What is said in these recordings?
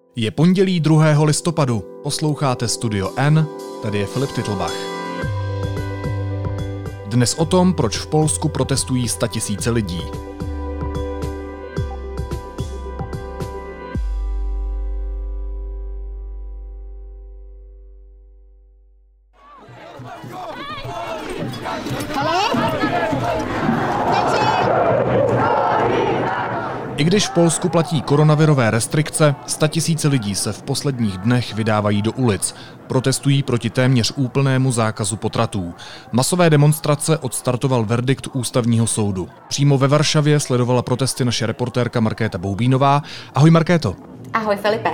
Je pondělí 2. listopadu. Posloucháte Studio N, tady je Filip Titlbach. Dnes o tom, proč v Polsku protestují 100 000 lidí. I když v Polsku platí koronavirové restrikce, 100 000 lidí se v posledních dnech vydávají do ulic. Protestují proti téměř úplnému zákazu potratů. Masové demonstrace odstartoval verdikt ústavního soudu. Přímo ve Varšavě sledovala protesty naše reportérka Markéta Boubínová. Ahoj Markéto. Ahoj Filipe.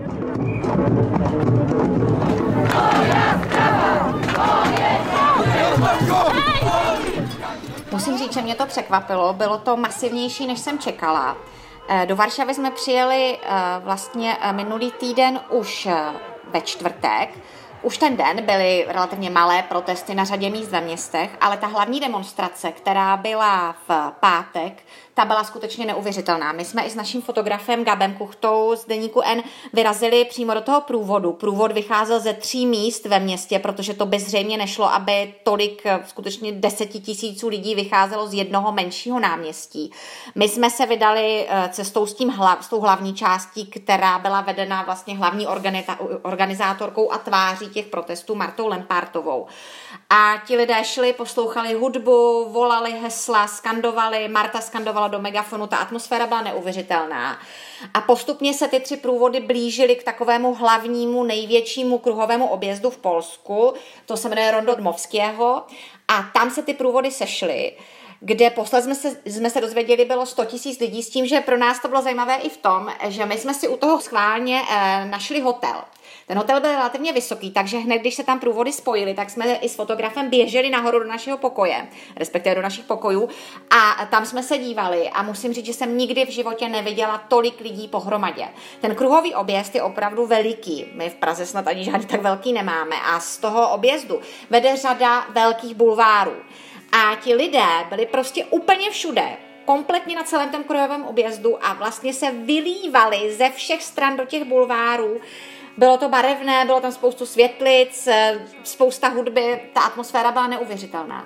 Musím říct, že mě to překvapilo, bylo to masivnější, než jsem čekala. Do Varšavy jsme přijeli vlastně minulý týden už ve čtvrtek. Už ten den byly relativně malé protesty na řadě míst ve městech, ale ta hlavní demonstrace, která byla v pátek, ta byla skutečně neuvěřitelná. My jsme i s naším fotografem Gabem Kuchtou z deníku N vyrazili přímo do toho průvodu. Průvod vycházel ze 3 míst ve městě, protože to by zřejmě nešlo, aby tolik skutečně 10 000 lidí vycházelo z jednoho menšího náměstí. My jsme se vydali cestou s tou hlavní částí, která byla vedena vlastně hlavní organizátorkou a tváří těch protestů Martou Lempártovou. A ti lidé šli, poslouchali hudbu, volali hesla, skandovali, Marta skandovala do megafonu, ta atmosféra byla neuvěřitelná. A postupně se ty 3 průvody blížily k takovému hlavnímu, největšímu kruhovému objezdu v Polsku, to se jmenuje Rondo Dmowskiego, a tam se ty průvody sešly, kde posledně jsme se dozvěděli, bylo 100 000 lidí, s tím, že pro nás to bylo zajímavé i v tom, že my jsme si u toho schválně našli hotel. Ten hotel byl relativně vysoký, takže hned, když se tam průvody spojily, tak jsme i s fotografem běželi nahoru do našeho pokoje, respektive do našich pokojů, a tam jsme se dívali a musím říct, že jsem nikdy v životě neviděla tolik lidí pohromadě. Ten kruhový objezd je opravdu veliký, my v Praze snad ani žádný tak velký nemáme, a z toho objezdu vede řada velkých bulvárů. A ti lidé byli prostě úplně všude, kompletně na celém tom kruhovém objezdu, a vlastně se vylívali ze všech stran do těch bulvárů. Bylo to barevné, bylo tam spoustu světlic, spousta hudby, ta atmosféra byla neuvěřitelná.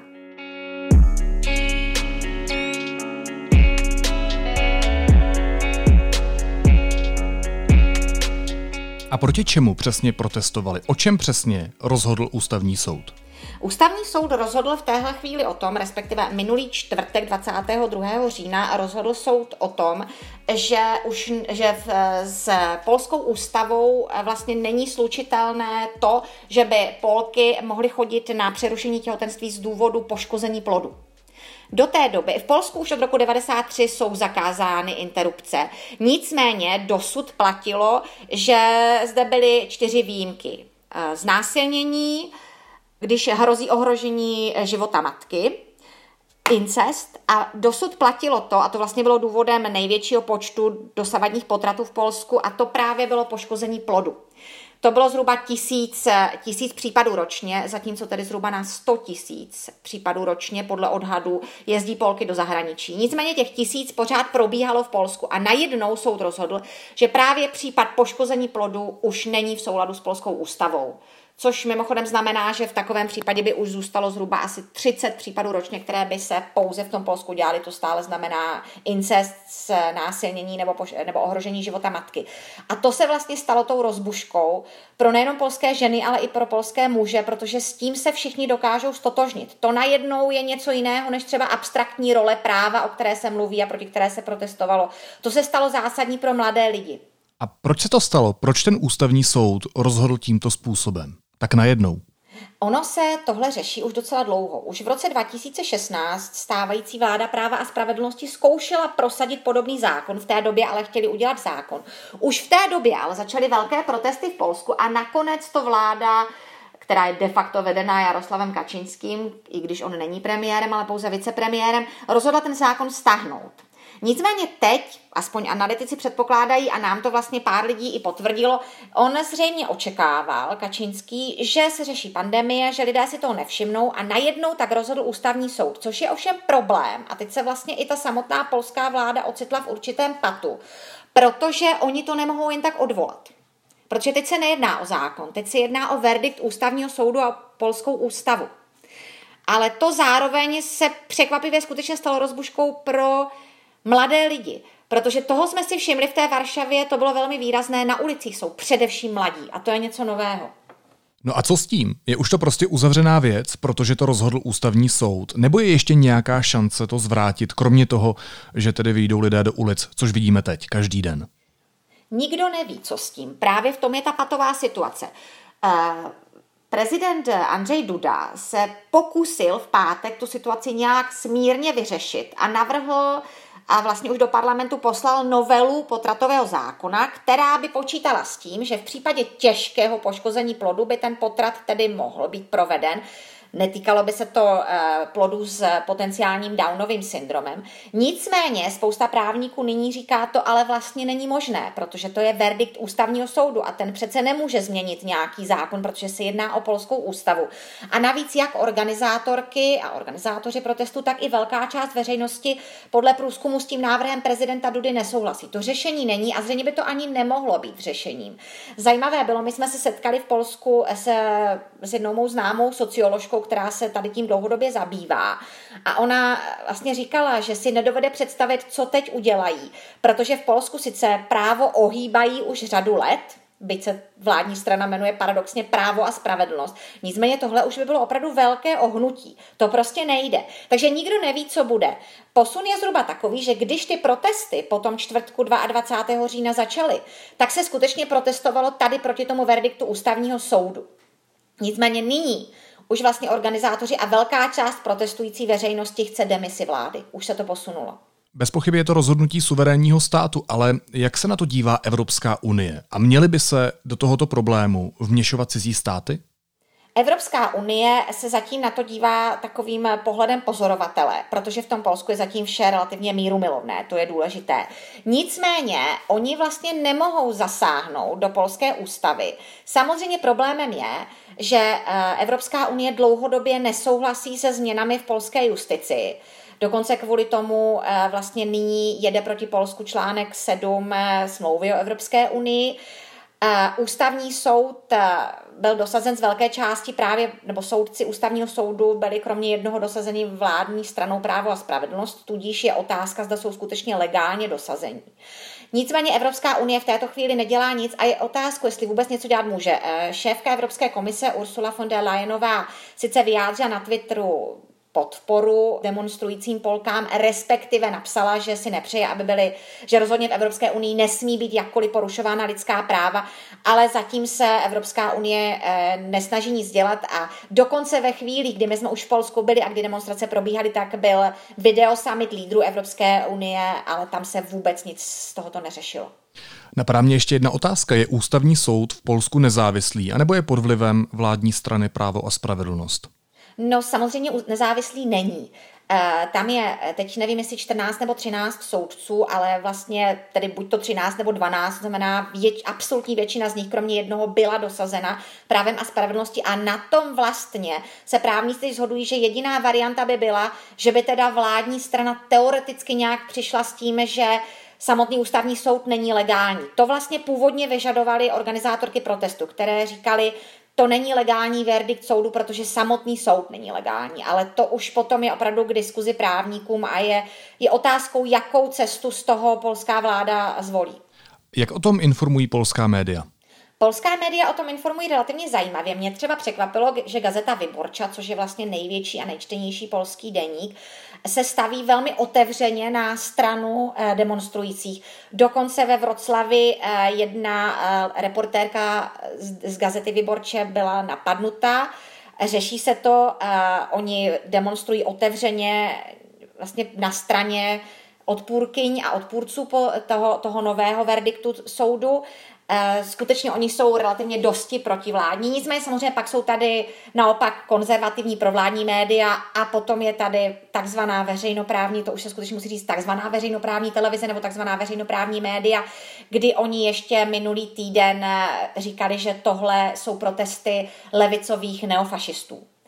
A proti čemu přesně protestovali? O čem přesně rozhodl ústavní soud? Ústavní soud rozhodl v téhle chvíli o tom, respektive minulý čtvrtek 22. října rozhodl soud o tom, že s polskou ústavou vlastně není slučitelné to, že by Polky mohly chodit na přerušení těhotenství z důvodu poškození plodu. Do té doby, v Polsku už od roku 1993 jsou zakázány interrupce. Nicméně dosud platilo, že zde byly 4 výjimky. Znásilnění, když hrozí ohrožení života matky, incest, a dosud platilo to, a to vlastně bylo důvodem největšího počtu dosavadních potratů v Polsku, a to právě bylo poškození plodu. To bylo zhruba 1000 případů ročně, zatímco tedy zhruba na 100 000 případů ročně podle odhadů jezdí Polky do zahraničí. Nicméně těch 1000 pořád probíhalo v Polsku a najednou soud rozhodl, že právě případ poškození plodu už není v souladu s polskou ústavou. Což mimochodem znamená, že v takovém případě by už zůstalo zhruba asi 30 případů ročně, které by se pouze v tom Polsku dělaly. To stále znamená incest, násilnění nebo ohrožení života matky. A to se vlastně stalo tou rozbuškou pro nejenom polské ženy, ale i pro polské muže, protože s tím se všichni dokážou stotožnit. To najednou je něco jiného než třeba abstraktní role práva, o které se mluví a proti které se protestovalo. To se stalo zásadní pro mladé lidi. A proč se to stalo? Proč ten ústavní soud rozhodl tímto způsobem? Tak najednou. Ono se tohle řeší už docela dlouho. Už v roce 2016 stávající vláda Práva a spravedlnosti zkoušela prosadit podobný zákon, v té době ale chtěli udělat zákon. Už v té době ale začaly velké protesty v Polsku a nakonec to vláda, která je de facto vedená Jaroslavem Kačinským, i když on není premiérem, ale pouze vicepremiérem, rozhodla ten zákon stáhnout. Nicméně teď, aspoň analytici předpokládají, a nám to vlastně pár lidí i potvrdilo, on zřejmě očekával, Kačinský, že se řeší pandemie, že lidé si toho nevšimnou, a najednou tak rozhodl ústavní soud, což je ovšem problém. A teď se vlastně i ta samotná polská vláda ocitla v určitém patu, protože oni to nemohou jen tak odvolat. Protože teď se nejedná o zákon, teď se jedná o verdikt ústavního soudu a polskou ústavu. Ale to zároveň se překvapivě skutečně stalo rozbuškou pro mladé lidi. Protože toho jsme si všimli v té Varšavě, to bylo velmi výrazné, na ulicích jsou především mladí a to je něco nového. No a co s tím? Je už to prostě uzavřená věc, protože to rozhodl ústavní soud? Nebo je ještě nějaká šance to zvrátit, kromě toho, že tedy vyjdou lidé do ulic, což vidíme teď, každý den? Nikdo neví, co s tím. Právě v tom je ta patová situace. Prezident Andrzej Duda se pokusil v pátek tu situaci nějak smírně vyřešit a navrhl a vlastně už do parlamentu poslal novelu potratového zákona, která by počítala s tím, že v případě těžkého poškození plodu by ten potrat tedy mohl být proveden. Netýkalo by se to plodů s potenciálním Downovým syndromem. Nicméně spousta právníků nyní říká, to ale vlastně není možné, protože to je verdikt ústavního soudu a ten přece nemůže změnit nějaký zákon, protože se jedná o polskou ústavu. A navíc jak organizátorky a organizátoři protestu, tak i velká část veřejnosti podle průzkumu s tím návrhem prezidenta Dudy nesouhlasí. To řešení není a zřejmě by to ani nemohlo být řešením. Zajímavé bylo, my jsme se setkali v Polsku s jednou mou známou socioložkou, která se tady tím dlouhodobě zabývá. A ona vlastně říkala, že si nedovede představit, co teď udělají, protože v Polsku sice právo ohýbají už řadu let, byť se vládní strana jmenuje paradoxně Právo a spravedlnost. Nicméně tohle už by bylo opravdu velké ohnutí. To prostě nejde. Takže nikdo neví, co bude. Posun je zhruba takový, že když ty protesty po tom čtvrtku 22. října začaly, tak se skutečně protestovalo tady proti tomu verdiktu ústavního soudu. Nicméně nyní už vlastně organizátoři a velká část protestující veřejnosti chce demisi vlády. Už se to posunulo. Bez pochyby je to rozhodnutí suverénního státu, ale jak se na to dívá Evropská unie? A měly by se do tohoto problému vměšovat cizí státy? Evropská unie se zatím na to dívá takovým pohledem pozorovatele, protože v tom Polsku je zatím vše relativně mírumilovné, to je důležité. Nicméně oni vlastně nemohou zasáhnout do polské ústavy. Samozřejmě problémem je, že Evropská unie dlouhodobě nesouhlasí se změnami v polské justici. Dokonce kvůli tomu vlastně nyní jede proti Polsku článek 7 smlouvy o Evropské unii. Ústavní soud byl dosazen z velké části právě, nebo soudci ústavního soudu byli kromě jednoho dosazeni vládní stranou Právo a spravedlnost, tudíž je otázka, zda jsou skutečně legálně dosazení. Nicméně Evropská unie v této chvíli nedělá nic a je otázku, jestli vůbec něco dělat může. Šéfka Evropské komise Ursula von der Leyenová sice vyjádřila na Twitteru podporu demonstrujícím Polkám, respektive napsala, že si nepřeje, že rozhodně v Evropské unii nesmí být jakkoliv porušována lidská práva, ale zatím se Evropská unie nesnaží nic dělat a dokonce ve chvíli, kdy my jsme už v Polsku byli a kdy demonstrace probíhaly, tak byl video summit lídrů Evropské unie, ale tam se vůbec nic z tohoto neřešilo. Napadá mě ještě jedna otázka. Je ústavní soud v Polsku nezávislý, anebo je pod vlivem vládní strany Právo a spravedlnost? No samozřejmě nezávislý není. Tam je, teď nevím, jestli 14 nebo 13 soudců, ale vlastně tedy buď to 13 nebo 12, znamená absolutní většina z nich, kromě jednoho, byla dosazena právem a spravedlností a na tom vlastně se právníci shodují, že jediná varianta by byla, že by teda vládní strana teoreticky nějak přišla s tím, že samotný ústavní soud není legální. To vlastně původně vyžadovali organizátorky protestu, které říkali, to není legální verdikt soudu, protože samotný soud není legální, ale to už potom je opravdu k diskuzi právníkům a je otázkou, jakou cestu z toho polská vláda zvolí. Jak o tom informují polská média? Polská média o tom informují relativně zajímavě. Mě třeba překvapilo, že Gazeta Wyborcza, což je vlastně největší a nejčtenější polský deník, se staví velmi otevřeně na stranu demonstrujících. Dokonce ve Wroclawi jedna reportérka z Gazety Wyborcze byla napadnuta. Řeší se to, oni demonstrují otevřeně vlastně na straně odpůrkyň a odpůrců toho nového verdiktu soudu. Skutečně oni jsou relativně dosti protivládní, nicméně samozřejmě pak jsou tady naopak konzervativní provládní média a potom je tady takzvaná veřejnoprávní, to už se skutečně musí říct, takzvaná veřejnoprávní televize nebo takzvaná veřejnoprávní média, kdy oni ještě minulý týden říkali, že tohle jsou protesty levicových neofašistů.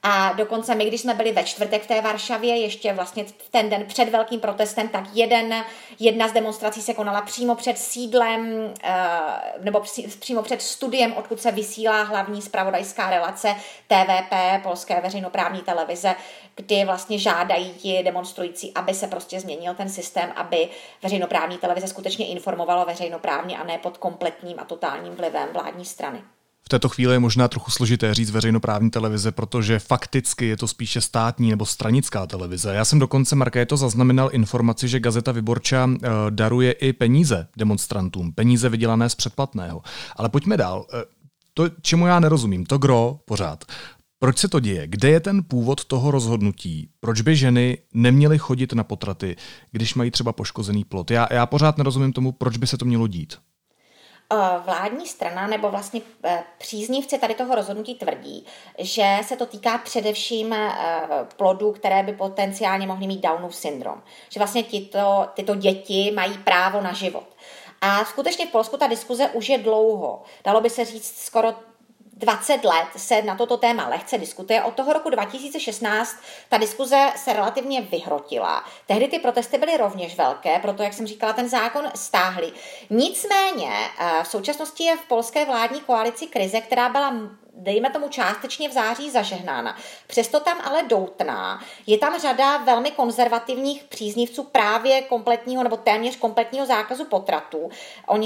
A dokonce my, když jsme byli ve čtvrtek v té Varšavě, ještě vlastně ten den před velkým protestem, tak jedna z demonstrací se konala přímo před sídlem nebo přímo před studiem, odkud se vysílá hlavní zpravodajská relace TVP, polské veřejnoprávní televize, kdy vlastně žádají ti demonstrující, aby se prostě změnil ten systém, aby veřejnoprávní televize skutečně informovalo veřejnoprávně a ne pod kompletním a totálním vlivem vládní strany. V této chvíli je možná trochu složité říct veřejnoprávní televize, protože fakticky je to spíše státní nebo stranická televize. Já jsem dokonce, Markéto, zaznamenal informaci, že Gazeta Wyborcza daruje i peníze demonstrantům, peníze vydělané z předplatného. Ale pojďme dál. To, čemu já nerozumím, to gro pořád. Proč se to děje? Kde je ten původ toho rozhodnutí? Proč by ženy neměly chodit na potraty, když mají třeba poškozený plod? Já pořád nerozumím tomu, proč by se to mělo dít. Vládní strana nebo vlastně příznivci tady toho rozhodnutí tvrdí, že se to týká především plodů, které by potenciálně mohly mít Downův syndrom. Že vlastně tyto děti mají právo na život. A skutečně v Polsku ta diskuze už je dlouho. Dalo by se říct skoro 20 let se na toto téma lehce diskutuje. Od toho roku 2016 ta diskuze se relativně vyhrotila. Tehdy ty protesty byly rovněž velké, proto, jak jsem říkala, ten zákon stáhli. Nicméně v současnosti je v polské vládní koalici krize, která byla, dejme tomu, částečně v září zažehnána. Přesto tam ale doutná. Je tam řada velmi konzervativních příznivců právě kompletního nebo téměř kompletního zákazu potratů. Oni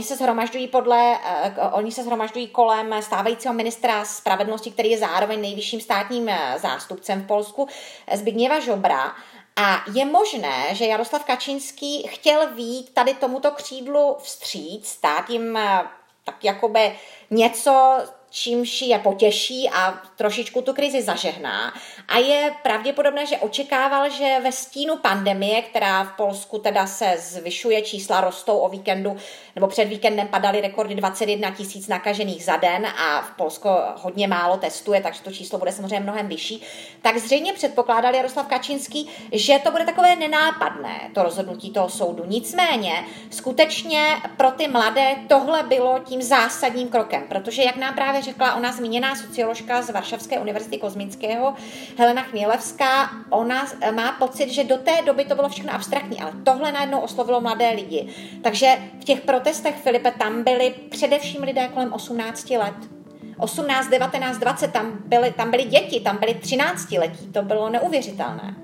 se shromažďují kolem stávajícího ministra spravedlnosti, který je zároveň nejvyšším státním zástupcem v Polsku, Zbigniewa Ziobra. A je možné, že Jaroslav Kačínský chtěl vyjít tady tomuto křídlu vstříc, stát jim tak jakoby něco, čímž je potěší a trošičku tu krizi zažehná. A je pravděpodobné, že očekával, že ve stínu pandemie, která v Polsku teda se zvyšuje, čísla rostou o víkendu, nebo před víkendem padaly rekordy 21 000 nakažených za den a v Polsko hodně málo testuje, takže to číslo bude samozřejmě mnohem vyšší, tak zřejmě předpokládal Jaroslav Kačínský, že to bude takové nenápadné, to rozhodnutí toho soudu. Nicméně skutečně pro ty mladé tohle bylo tím zásadním krokem, protože jak nám právě řekla ona zmíněná socioložka z Varšavské univerzity Kozmického Helena Chmielevská, ona má pocit, že do té doby to bylo všechno abstraktní, ale tohle najednou oslovilo mladé lidi. Takže v těch protestech, Filipe, tam byli především lidé kolem 18 let. 18, 19, 20, tam byly děti, tam byly 13letí, to bylo neuvěřitelné.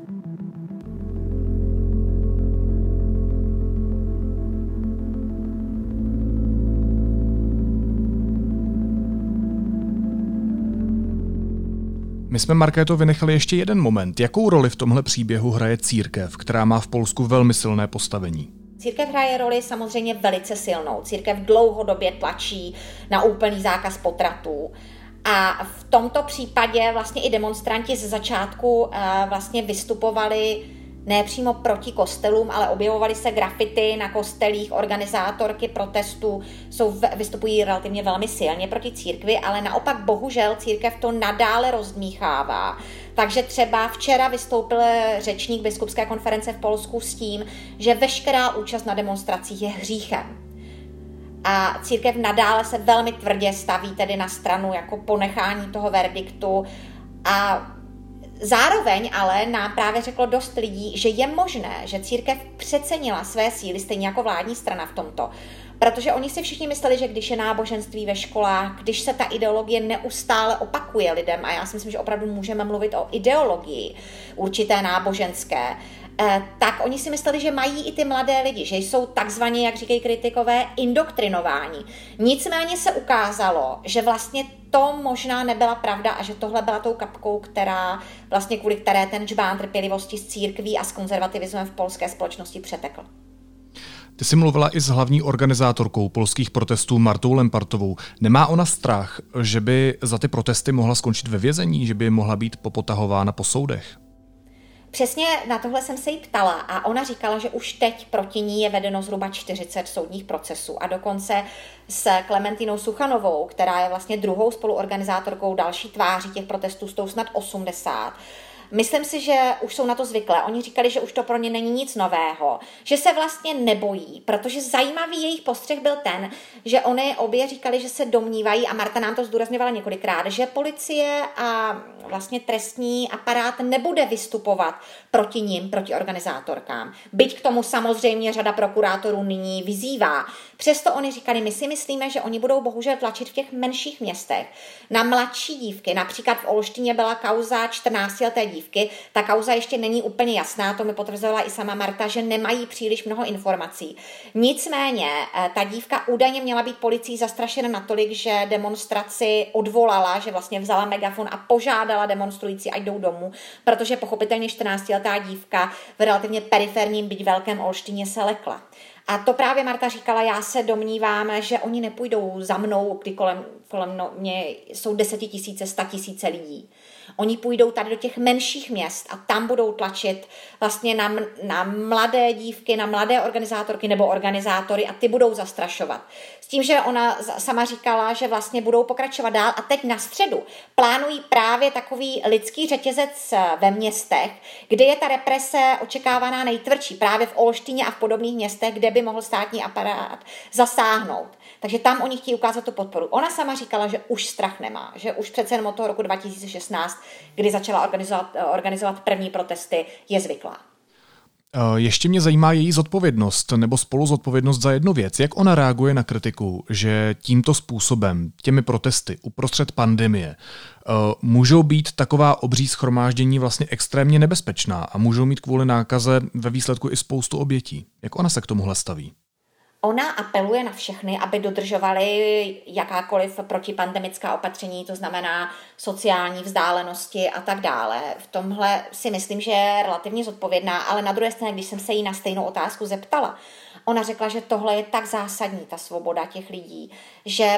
My jsme, Markéto, vynechali ještě jeden moment. Jakou roli v tomhle příběhu hraje církev, která má v Polsku velmi silné postavení? Církev hraje roli samozřejmě velice silnou. Církev dlouhodobě tlačí na úplný zákaz potratů. A v tomto případě vlastně i demonstranti ze začátku vlastně vystupovali ne přímo proti kostelům, ale objevovaly se grafity na kostelích, organizátorky protestů vystupují relativně velmi silně proti církvi, ale naopak bohužel církev to nadále rozdmíchává. Takže třeba včera vystoupil řečník biskupské konference v Polsku s tím, že veškerá účast na demonstracích je hříchem. A církev nadále se velmi tvrdě staví tedy na stranu jako ponechání toho verdiktu a zároveň ale nám právě řeklo dost lidí, že je možné, že církev přecenila své síly, stejně jako vládní strana v tomto. Protože oni si všichni mysleli, že když je náboženství ve školách, když se ta ideologie neustále opakuje lidem, a já si myslím, že opravdu můžeme mluvit o ideologii určité náboženské, tak oni si mysleli, že mají i ty mladé lidi, že jsou takzvaně, jak říkají kritikové, indoktrinováni. Nicméně se ukázalo, že vlastně to možná nebyla pravda a že tohle byla tou kapkou, kvůli které ten džbán trpělivosti s církví a s konzervativismem v polské společnosti přetekl. Ty jsi mluvila i s hlavní organizátorkou polských protestů Martou Lempartovou. Nemá ona strach, že by za ty protesty mohla skončit ve vězení, že by mohla být popotahována po soudech? Přesně na tohle jsem se jí ptala a ona říkala, že už teď proti ní je vedeno zhruba 40 soudních procesů a dokonce s Klementinou Suchanovou, která je vlastně druhou spoluorganizátorkou další tváří těch protestů, s tou snad 80. Myslím si, že už jsou na to zvyklé. Oni říkali, že už to pro ně není nic nového, že se vlastně nebojí, protože zajímavý jejich postřeh byl ten, že oni obě říkali, že se domnívají, a Marta nám to zdůrazňovala několikrát, že policie a vlastně trestní aparát nebude vystupovat proti nim, proti organizátorkám. Byť k tomu samozřejmě řada prokurátorů nyní vyzývá. Přesto oni říkali, my si myslíme, že oni budou bohužel tlačit v těch menších městech na mladší dívky. Například v Olštině byla kauza 14leté dívky. Ta kauza ještě není úplně jasná, to mi potvrzovala i sama Marta, že nemají příliš mnoho informací. Nicméně ta dívka údajně měla být policií zastrašena natolik, že demonstraci odvolala, že vlastně vzala megafon a požádala demonstrující, ať jdou domů, protože pochopitelně 14letá dívka v relativně periferním, byť velkém Olštině se lekla. A to právě Marta říkala, já se domnívám, že oni nepůjdou za mnou, kdy kolem mě jsou 10 000, 100 000 lidí. Oni půjdou tady do těch menších měst a tam budou tlačit vlastně na mladé dívky, na mladé organizátorky nebo organizátory a ty budou zastrašovat. S tím, že ona sama říkala, že vlastně budou pokračovat dál a teď na středu plánují právě takový lidský řetězec ve městech, kde je ta represe očekávaná nejtvrdší, právě v Olštíně a v podobných městech, kde by mohl státní aparát zasáhnout. Takže tam oni chtějí ukázat tu podporu. Ona sama říkala, že už strach nemá, že už přece jenom od toho roku 2016, kdy začala organizovat první protesty, je zvyklá. Ještě mě zajímá její zodpovědnost nebo spoluzodpovědnost za jednu věc. Jak ona reaguje na kritiku, že tímto způsobem, těmi protesty uprostřed pandemie, můžou být taková obří shromáždění vlastně extrémně nebezpečná a můžou mít kvůli nákaze ve výsledku i spoustu obětí. Jak ona se k tomuhle staví? Ona apeluje na všechny, aby dodržovali jakákoliv protipandemická opatření, to znamená sociální vzdálenosti a tak dále. V tomhle si myslím, že je relativně zodpovědná, ale na druhé straně, když jsem se jí na stejnou otázku zeptala, ona řekla, že tohle je tak zásadní, ta svoboda těch lidí, že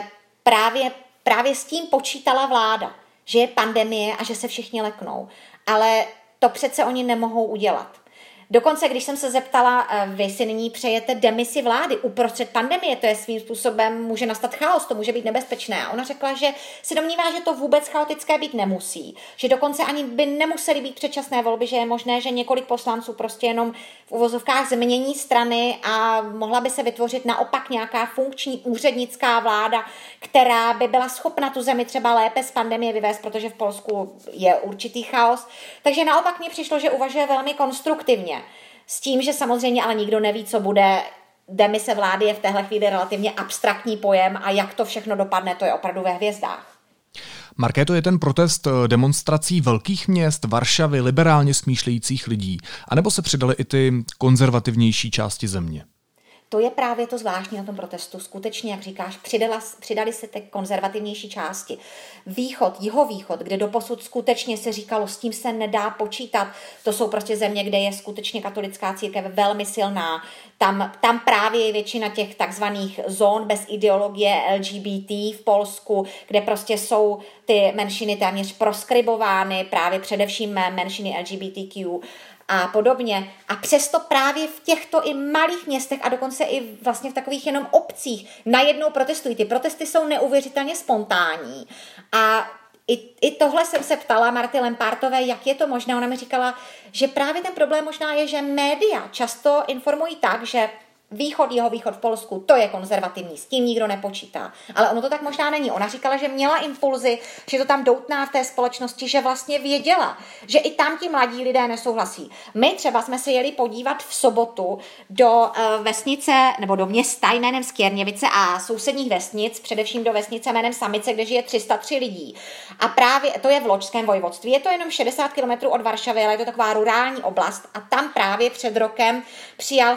právě s tím počítala vláda, že je pandemie a že se všichni leknou. Ale to přece oni nemohou udělat. Dokonce, když jsem se zeptala, vy si nyní přejete demisi vlády uprostřed pandemie, to je svým způsobem, může nastat chaos, to může být nebezpečné. A ona řekla, že si domnívá, že to vůbec chaotické být nemusí, že dokonce ani by nemusely být předčasné volby, že je možné, že několik poslanců prostě jenom v uvozovkách změní strany a mohla by se vytvořit naopak nějaká funkční úřednická vláda, která by byla schopna tu zemi třeba lépe z pandemie vyvést, protože v Polsku je určitý chaos. Takže naopak mi přišlo, že uvažuje velmi konstruktivně. S tím, že samozřejmě ale nikdo neví, co bude. Demise vlády je v téhle chvíli relativně abstraktní pojem a jak to všechno dopadne, to je opravdu ve hvězdách. Markéto, je ten protest demonstrací velkých měst, Varšavy, liberálně smýšlejících lidí, anebo se přidaly i ty konzervativnější části země? To je právě to zvláštní na tom protestu. Skutečně, jak říkáš, přidali se ty konzervativnější části. Východ, jihovýchod, kde doposud skutečně se říkalo, s tím se nedá počítat. To jsou prostě země, kde je skutečně katolická církev velmi silná. Tam právě je většina těch takzvaných zón bez ideologie LGBT v Polsku, kde prostě jsou ty menšiny téměř proskribovány, právě především menšiny LGBTQ a podobně. A přesto právě v těchto i malých městech a dokonce i vlastně v takových jenom obcích najednou protestují. Ty protesty jsou neuvěřitelně spontánní. A i tohle jsem se ptala Marty Lempártové, jak je to možné. Ona mi říkala, že právě ten problém možná je, že média často informují tak, že jihovýchod v Polsku, to je konzervativní, s tím nikdo nepočítá. Ale ono to tak možná není. Ona říkala, že měla impulzy, že to tam doutná v té společnosti, že vlastně věděla, že i tam ti mladí lidé nesouhlasí. My třeba jsme se jeli podívat v sobotu do vesnice nebo do města jménem Skierniewice a sousedních vesnic, především do vesnice jménem Samice, kde žije 303 lidí. A právě to je v Ločském vojvodství. Je to jenom 60 kilometrů od Varšavy, ale je to taková rurální oblast a tam právě před rokem přijal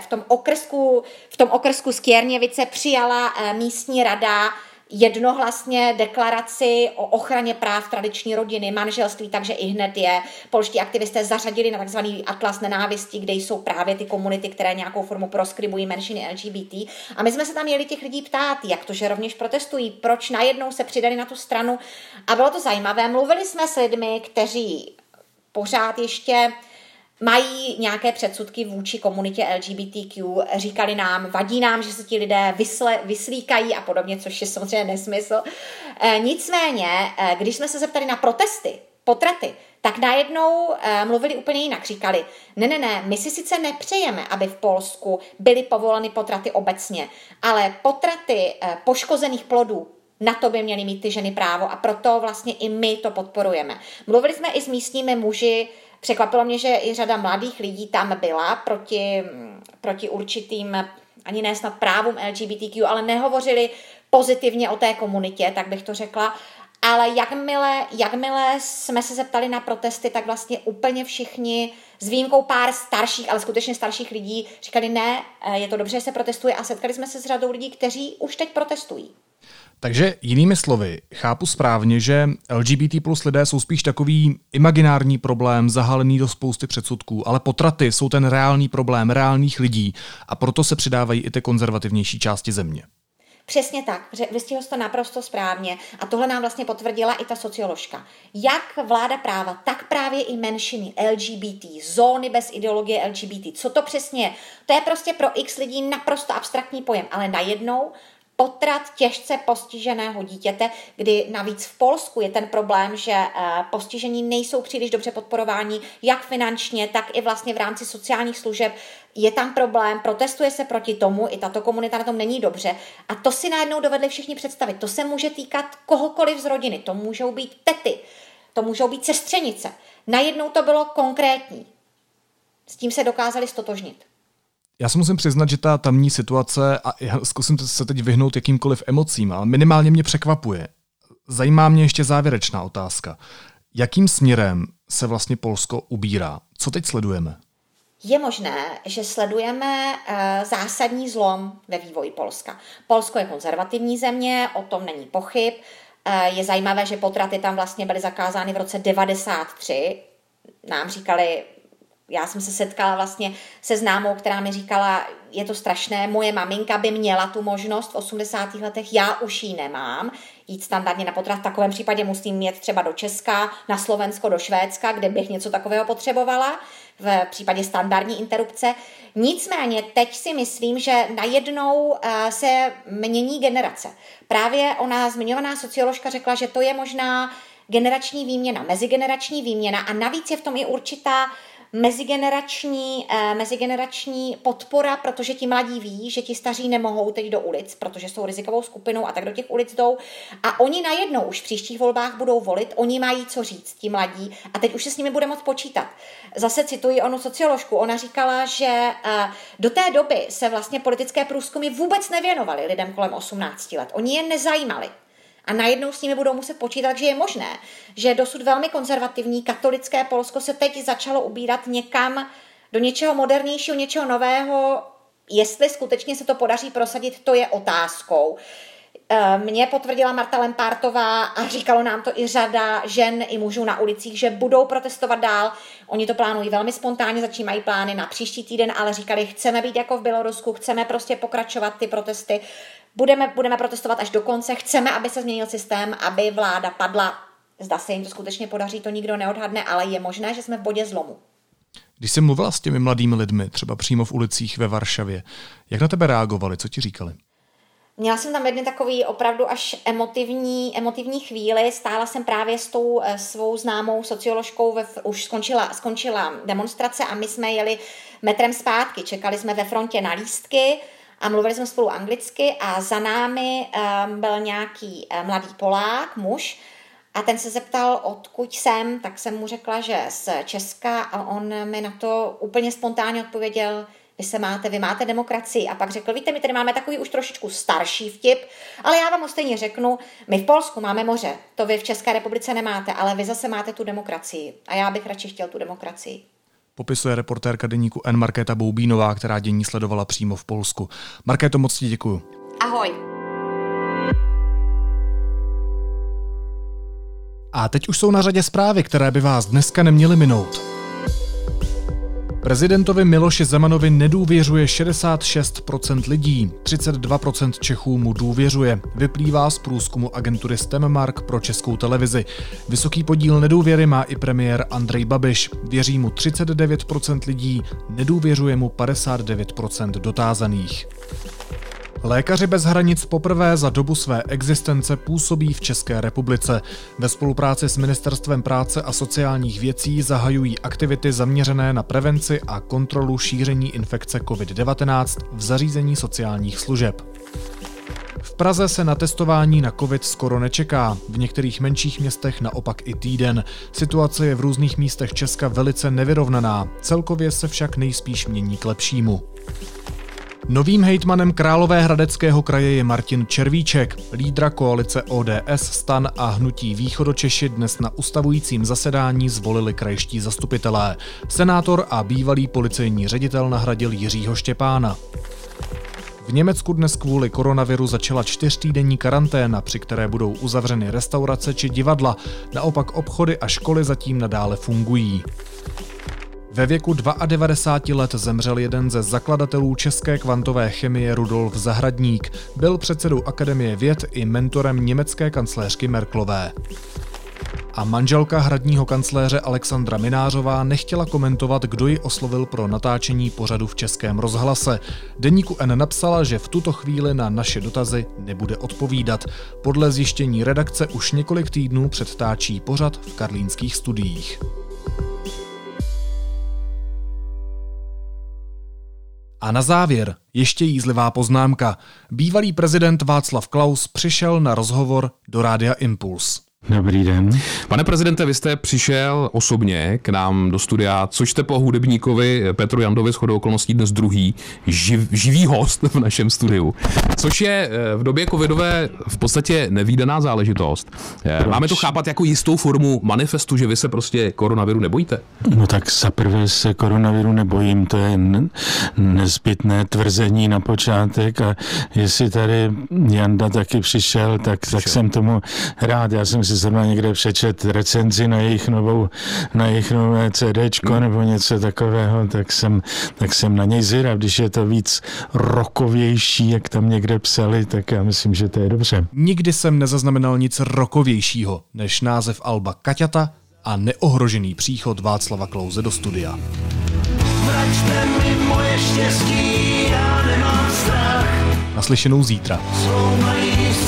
v tom okrsku Skierniewice přijala místní rada jednohlasně deklaraci o ochraně práv tradiční rodiny, manželství, takže i hned je polští aktivisté zařadili na takzvaný atlas nenávisti, kde jsou právě ty komunity, které nějakou formu proskribují menšiny LGBT. A my jsme se tam jeli těch lidí ptát, jak to, že rovněž protestují, proč najednou se přidali na tu stranu. A bylo to zajímavé. Mluvili jsme s lidmi, kteří pořád ještě mají nějaké předsudky vůči komunitě LGBTQ, říkali nám, vadí nám, že se ti lidé vyslíkají a podobně, což je samozřejmě nesmysl. Nicméně, když jsme se zeptali na protesty, potraty, tak najednou mluvili úplně jinak. Říkali, ne, my si sice nepřejeme, aby v Polsku byly povoleny potraty obecně, ale potraty poškozených plodů, na to by měly mít ty ženy právo a proto vlastně i my to podporujeme. Mluvili jsme i s místními muži, překvapilo mě, že i řada mladých lidí tam byla proti určitým, ani ne snad právům LGBTQ, ale nehovořili pozitivně o té komunitě, tak bych to řekla. Ale jakmile jsme se zeptali na protesty, tak vlastně úplně všichni, s výjimkou pár starších, ale skutečně starších lidí, říkali ne, je to dobře, že se protestuje a setkali jsme se s řadou lidí, kteří už teď protestují. Takže jinými slovy, chápu správně, že LGBT plus lidé jsou spíš takový imaginární problém, zahalený do spousty předsudků, ale potraty jsou ten reálný problém reálných lidí a proto se přidávají i ty konzervativnější části země. Přesně tak, vystihl jsi to naprosto správně a tohle nám vlastně potvrdila i ta socioložka. Jak vláda práva, tak právě i menšiny LGBT, zóny bez ideologie LGBT. Co to přesně je? To je prostě pro x lidí naprosto abstraktní pojem, ale najednou potrat těžce postiženého dítěte, kdy navíc v Polsku je ten problém, že postižení nejsou příliš dobře podporováni, jak finančně, tak i vlastně v rámci sociálních služeb. Je tam problém, protestuje se proti tomu, i tato komunita na tom není dobře. A to si najednou dovedli všichni představit. To se může týkat kohokoliv z rodiny. To můžou být tety, to můžou být sestřenice. Najednou to bylo konkrétní. S tím se dokázali stotožnit. Já se musím přiznat, že ta tamní situace, a já zkusím se teď vyhnout jakýmkoliv emocím, ale minimálně mě překvapuje. Zajímá mě ještě závěrečná otázka. Jakým směrem se vlastně Polsko ubírá? Co teď sledujeme? Je možné, že sledujeme zásadní zlom ve vývoji Polska. Polsko je konzervativní země, o tom není pochyb. Je zajímavé, že potraty tam vlastně byly zakázány v roce 1993. Nám říkali, já jsem se setkala vlastně se známou, která mi říkala, je to strašné, moje maminka by měla tu možnost v 80. letech, já už ji nemám, jít standardně na potrat. V takovém případě musím jet třeba do Česka, na Slovensko, do Švédska, kde bych něco takového potřebovala, v případě standardní interrupce. Nicméně teď si myslím, že najednou se mění generace. Právě ona zmiňovaná socioložka řekla, že to je možná generační výměna, mezigenerační výměna a navíc je v tom i určitá mezigenerační podpora, protože ti mladí ví, že ti staří nemohou teď do ulic, protože jsou rizikovou skupinou a tak do těch ulic jdou a oni najednou už v příštích volbách budou volit, oni mají co říct, ti mladí a teď už se s nimi bude moc počítat. Zase cituji onu socioložku, ona říkala, že do té doby se vlastně politické průzkumy vůbec nevěnovaly lidem kolem 18 let, oni je nezajímali. A najednou s nimi budou muset počítat, takže je možné, že dosud velmi konzervativní katolické Polsko se teď začalo ubírat někam do něčeho modernějšího, něčeho nového. Jestli skutečně se to podaří prosadit, to je otázkou. Mně potvrdila Marta Lempártová a říkalo nám to i řada žen i mužů na ulicích, že budou protestovat dál. Oni to plánují velmi spontánně, začínají plány na příští týden, ale říkali, chceme být jako v Bělorusku, chceme prostě pokračovat ty protesty. Budeme protestovat až do konce, chceme, aby se změnil systém, aby vláda padla. Zda se jim to skutečně podaří, to nikdo neodhadne, ale je možné, že jsme v bodě zlomu. Když jsi mluvila s těmi mladými lidmi, třeba přímo v ulicích ve Varšavě, jak na tebe reagovali, co ti říkali? Měla jsem tam jedný takový opravdu až emotivní chvíli. Stála jsem právě s tou svou známou socioložkou, už skončila demonstrace a my jsme jeli metrem zpátky. Čekali jsme ve frontě na lístky a mluvili jsme spolu anglicky a za námi byl nějaký mladý Polák, muž, a ten se zeptal, odkud jsem, tak jsem mu řekla, že z Česka a on mi na to úplně spontánně odpověděl, vy máte demokracii. A pak řekl, víte, my tady máme takový už trošičku starší vtip, ale já vám ho stejně řeknu, my v Polsku máme moře, to vy v České republice nemáte, ale vy zase máte tu demokracii a já bych radši chtěl tu demokracii. Popisuje reportérka deníku N Markéta Boubínová, která dění sledovala přímo v Polsku. Markéto, moc ti děkuju. Ahoj. A teď už jsou na řadě zprávy, které by vás dneska neměly minout. Prezidentovi Miloši Zemanovi nedůvěřuje 66% lidí, 32% Čechů mu důvěřuje. Vyplývá z průzkumu agentury StemMark pro Českou televizi. Vysoký podíl nedůvěry má i premiér Andrej Babiš. Věří mu 39% lidí, nedůvěřuje mu 59% dotázaných. Lékaři bez hranic poprvé za dobu své existence působí v České republice. Ve spolupráci s Ministerstvem práce a sociálních věcí zahajují aktivity zaměřené na prevenci a kontrolu šíření infekce COVID-19 v zařízení sociálních služeb. V Praze se na testování na COVID skoro nečeká, v některých menších městech naopak i týden. Situace je v různých místech Česka velice nevyrovnaná, celkově se však nejspíš mění k lepšímu. Novým hejtmanem Královéhradeckého kraje je Martin Červíček. Lídra koalice ODS, STAN a hnutí Východočeši dnes na ustavujícím zasedání zvolili krajští zastupitelé. Senátor a bývalý policejní ředitel nahradil Jiřího Štěpána. V Německu dnes kvůli koronaviru začala 4týdenní karanténa, při které budou uzavřeny restaurace či divadla. Naopak obchody a školy zatím nadále fungují. Ve věku 92 let zemřel jeden ze zakladatelů české kvantové chemie Rudolf Zahradník. Byl předsedou Akademie věd i mentorem německé kancléřky Merkelové. A manželka hradního kancléře Alexandra Minářová nechtěla komentovat, kdo ji oslovil pro natáčení pořadu v Českém rozhlase. Deníku N napsala, že v tuto chvíli na naše dotazy nebude odpovídat. Podle zjištění redakce už několik týdnů předtáčí pořad v karlínských studiích. A na závěr ještě jízlivá poznámka. Bývalý prezident Václav Klaus přišel na rozhovor do Rádia Impuls. Dobrý den. Pane prezidente, vy jste přišel osobně k nám do studia, což jste po hudebníkovi Petru Jandovi shodou okolností dnes druhý živý host v našem studiu. Což je v době covidové v podstatě nevídaná záležitost. Proč? Máme to chápat jako jistou formu manifestu, že vy se prostě koronaviru nebojíte? No tak zaprvé se koronaviru nebojím, to je nezbytné tvrzení na počátek a jestli tady Janda taky přišel, tak jsem tomu rád. Já jsem si zrovna někde přečet recenzi na jejich nové CDčko nebo něco takového, tak jsem na něj zvědav. Když je to víc rockovější, jak tam někde psali, tak já myslím, že to je dobře. Nikdy jsem nezaznamenal nic rockovějšího než název alba Kaťata a neohrožený příchod Václava Klause do studia. Vraťte mi moje štěstí, já nemám strach. Naslyšenou zítra. Jsou